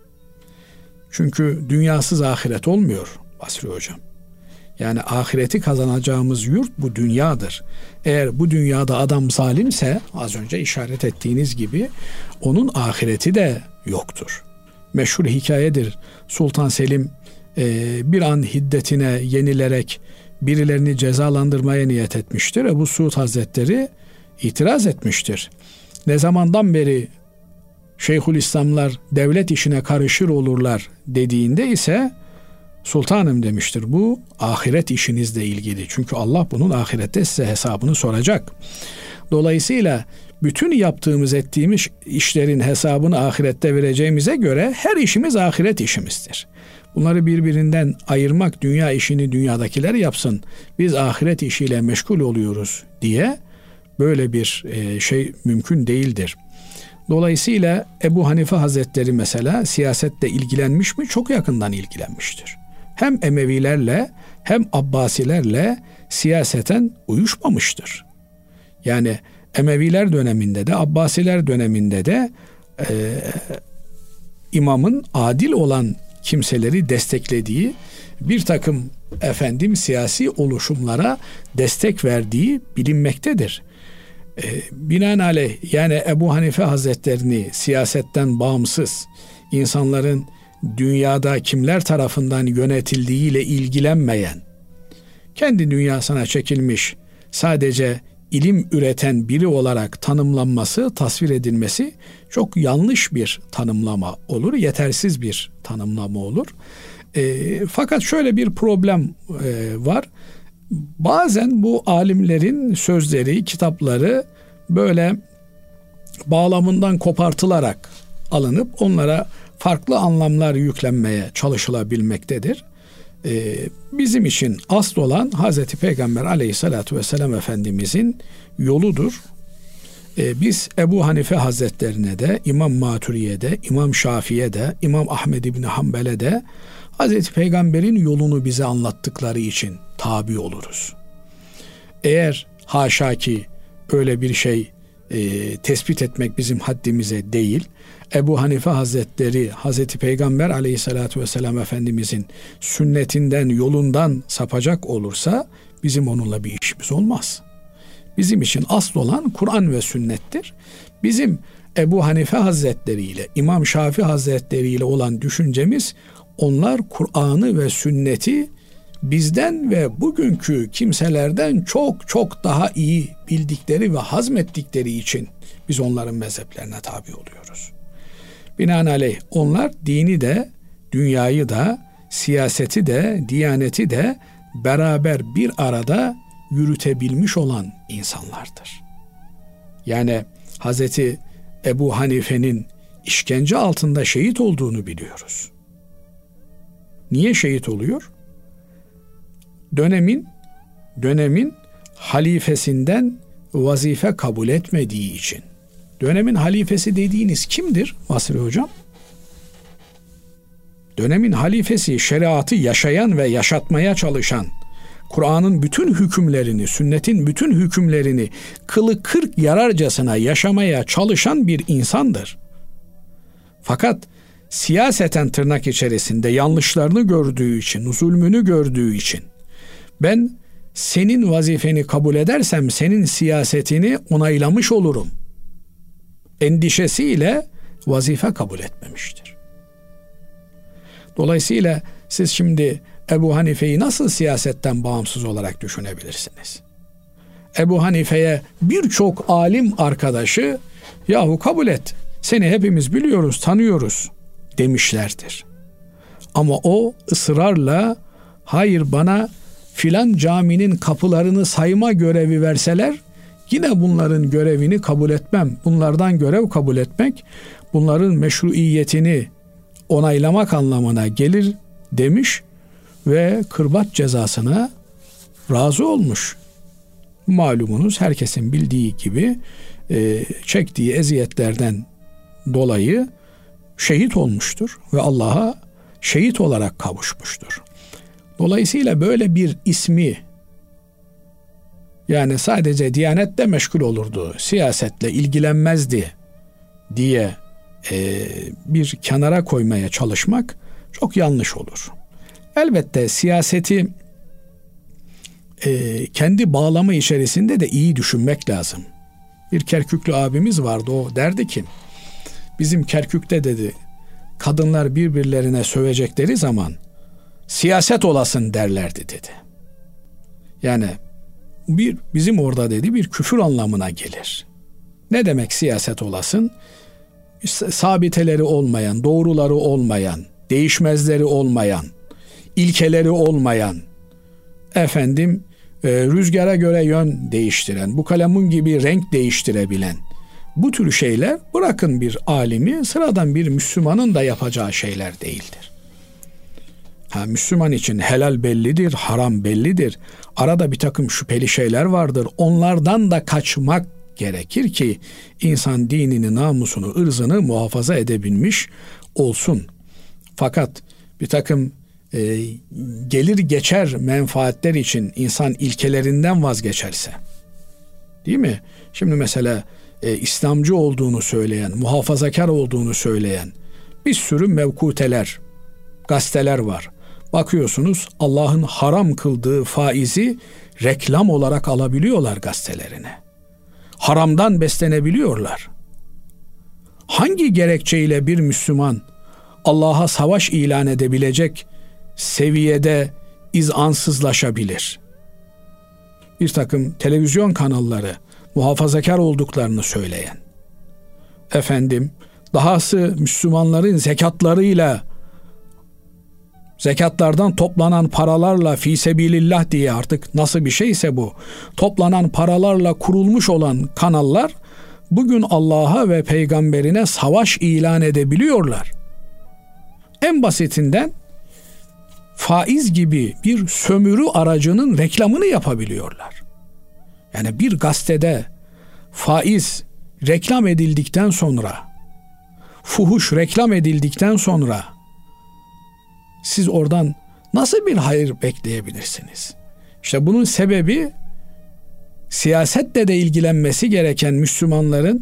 Çünkü dünyasız ahiret olmuyor Basri Hocam. Yani ahireti kazanacağımız yurt bu dünyadır. Eğer bu dünyada adam zalimse, az önce işaret ettiğiniz gibi, onun ahireti de yoktur. Meşhur hikayedir. Sultan Selim e, bir an hiddetine yenilerek birilerini cezalandırmaya niyet etmiştir. Ebu Suud Hazretleri itiraz etmiştir. Ne zamandan beri Şeyhülislamlar devlet işine karışır olurlar dediğinde ise, sultanım demiştir, bu ahiret işinizle ilgili. Çünkü Allah bunun ahirette size hesabını soracak. Dolayısıyla bütün yaptığımız ettiğimiz işlerin hesabını ahirette vereceğimize göre her işimiz ahiret işimizdir. Bunları birbirinden ayırmak, dünya işini dünyadakiler yapsın, biz ahiret işiyle meşgul oluyoruz diye böyle bir şey mümkün değildir. Dolayısıyla Ebu Hanife Hazretleri mesela siyasetle ilgilenmiş mi? Çok yakından ilgilenmiştir. Hem Emevilerle hem Abbasilerle siyaseten uyuşmamıştır. Yani Emeviler döneminde de Abbasiler döneminde de e, imamın adil olan kimseleri desteklediği, bir takım efendim siyasi oluşumlara destek verdiği bilinmektedir. E, binaenaleyh yani Ebu Hanife Hazretlerini siyasetten bağımsız, insanların dünyada kimler tarafından yönetildiğiyle ilgilenmeyen, kendi dünyasına çekilmiş, sadece ilim üreten biri olarak tanımlanması, tasvir edilmesi çok yanlış bir tanımlama olur, yetersiz bir tanımlama olur. E, fakat şöyle bir problem e, var. Bazen bu alimlerin sözleri, kitapları böyle bağlamından kopartılarak alınıp onlara farklı anlamlar yüklenmeye çalışılabilmektedir. Ee, bizim için asıl olan Hazreti Peygamber Aleyhisselatü Vesselam Efendimizin yoludur. Ee, biz Ebu Hanife Hazretlerine de, İmam Maturi'ye de, İmam Şafii'ye de, İmam Ahmed İbni Hanbel'e de Hazreti Peygamber'in yolunu bize anlattıkları için tabi oluruz. Eğer haşa ki öyle bir şey e, tespit etmek bizim haddimize değil, Ebu Hanife Hazretleri Hazreti Peygamber Aleyhisselatü Vesselam Efendimizin sünnetinden, yolundan sapacak olursa bizim onunla bir işimiz olmaz. Bizim için asıl olan Kur'an ve sünnettir. Bizim Ebu Hanife Hazretleri ile İmam Şafii Hazretleri ile olan düşüncemiz, onlar Kur'an'ı ve sünneti bizden ve bugünkü kimselerden çok çok daha iyi bildikleri ve hazmettikleri için biz onların mezheplerine tabi oluyoruz. Binaenaleyh onlar dini de, dünyayı da, siyaseti de, diyaneti de beraber bir arada yürütebilmiş olan insanlardır. Yani Hazreti Ebu Hanife'nin işkence altında şehit olduğunu biliyoruz. Niye şehit oluyor? Dönemin dönemin halifesinden vazife kabul etmediği için. Dönemin halifesi dediğiniz kimdir Basri Hocam? Dönemin halifesi şeriatı yaşayan ve yaşatmaya çalışan, Kur'an'ın bütün hükümlerini, sünnetin bütün hükümlerini kılı kırk yararcasına yaşamaya çalışan bir insandır. Fakat siyaseten tırnak içerisinde yanlışlarını gördüğü için, zulmünü gördüğü için ben senin vazifeni kabul edersem senin siyasetini onaylamış olurum endişesiyle vazife kabul etmemiştir. Dolayısıyla siz şimdi Ebu Hanife'yi nasıl siyasetten bağımsız olarak düşünebilirsiniz? Ebu Hanife'ye birçok alim arkadaşı yahu kabul et, seni hepimiz biliyoruz, tanıyoruz demişlerdir. Ama o ısrarla hayır bana filan caminin kapılarını sayma görevi verseler yine bunların görevini kabul etmem. Bunlardan görev kabul etmek bunların meşruiyetini onaylamak anlamına gelir demiş ve kırbaç cezasına razı olmuş. Malumunuz herkesin bildiği gibi e, çektiği eziyetlerden dolayı şehit olmuştur ve Allah'a şehit olarak kavuşmuştur. Dolayısıyla böyle bir ismi, yani sadece diyanetle meşgul olurdu, siyasetle ilgilenmezdi diye e, bir kenara koymaya çalışmak çok yanlış olur. Elbette siyaseti e, kendi bağlamı içerisinde de iyi düşünmek lazım. Bir Kerküklü abimiz vardı, o derdi ki bizim Kerkük'te dedi kadınlar birbirlerine sövecekleri zaman siyaset olasın derlerdi dedi. Yani bir bizim orada dedi bir küfür anlamına gelir. Ne demek siyaset olasın? Sabiteleri olmayan, doğruları olmayan, değişmezleri olmayan, ilkeleri olmayan, efendim e, rüzgara göre yön değiştiren, bu kalemun gibi renk değiştirebilen, bu tür şeyler bırakın bir alimi, sıradan bir Müslümanın da yapacağı şeyler değildir. Ha, Müslüman için helal bellidir, haram bellidir. Arada bir takım şüpheli şeyler vardır. Onlardan da kaçmak gerekir ki insan dinini, namusunu, ırzını muhafaza edebilmiş olsun. Fakat bir takım e, gelir geçer menfaatler için insan ilkelerinden vazgeçerse, değil mi? Şimdi mesela e, İslamcı olduğunu söyleyen, muhafazakar olduğunu söyleyen bir sürü mevkuteler, gazeteler var. Bakıyorsunuz Allah'ın haram kıldığı faizi reklam olarak alabiliyorlar gazetelerine. Haramdan beslenebiliyorlar. Hangi gerekçeyle bir Müslüman Allah'a savaş ilan edebilecek seviyede izansızlaşabilir? Bir takım televizyon kanalları muhafazakar olduklarını söyleyen, efendim dahası Müslümanların zekatlarıyla, zekatlardan toplanan paralarla fisebilillah diye artık nasıl bir şeyse bu, toplanan paralarla kurulmuş olan kanallar bugün Allah'a ve peygamberine savaş ilan edebiliyorlar. En basitinden faiz gibi bir sömürü aracının reklamını yapabiliyorlar. Yani bir gazetede faiz reklam edildikten sonra, fuhuş reklam edildikten sonra siz oradan nasıl bir hayır bekleyebilirsiniz? İşte bunun sebebi siyasetle de ilgilenmesi gereken Müslümanların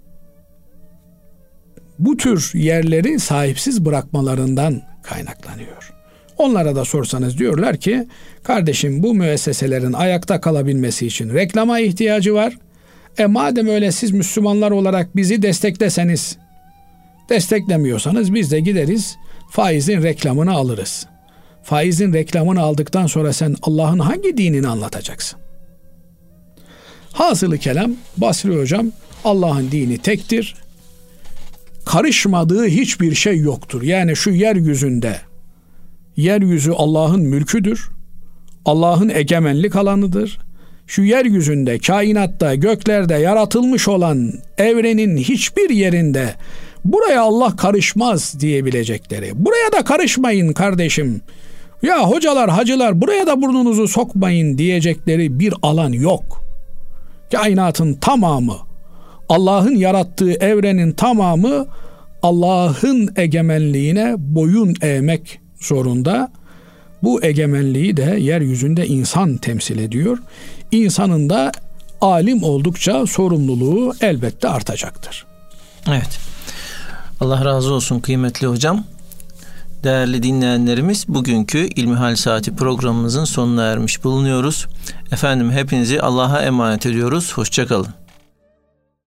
bu tür yerleri sahipsiz bırakmalarından kaynaklanıyor. Onlara da sorsanız diyorlar ki kardeşim bu müesseselerin ayakta kalabilmesi için reklama ihtiyacı var. E madem öyle siz Müslümanlar olarak bizi destekleseniz, desteklemiyorsanız biz de gideriz faizin reklamını alırız. Faizin reklamını aldıktan sonra sen Allah'ın hangi dinini anlatacaksın? Hasılı kelam Basri hocam Allah'ın dini tektir. Karışmadığı hiçbir şey yoktur. Yani şu yeryüzünde yeryüzü Allah'ın mülküdür. Allah'ın egemenlik alanıdır. şu yeryüzünde, kainatta, göklerde yaratılmış olan evrenin hiçbir yerinde buraya Allah karışmaz diyebilecekleri, buraya da karışmayın kardeşim, ya hocalar, hacılar buraya da burnunuzu sokmayın diyecekleri bir alan yok. Kainatın tamamı, Allah'ın yarattığı evrenin tamamı Allah'ın egemenliğine boyun eğmek zorunda. Bu egemenliği de yeryüzünde insan temsil ediyor. İnsanın da alim oldukça sorumluluğu elbette artacaktır. Evet. Allah razı olsun kıymetli hocam. Değerli dinleyenlerimiz, bugünkü İlmihal Saati programımızın sonuna ermiş bulunuyoruz. Efendim hepinizi Allah'a emanet ediyoruz. Hoşça kalın.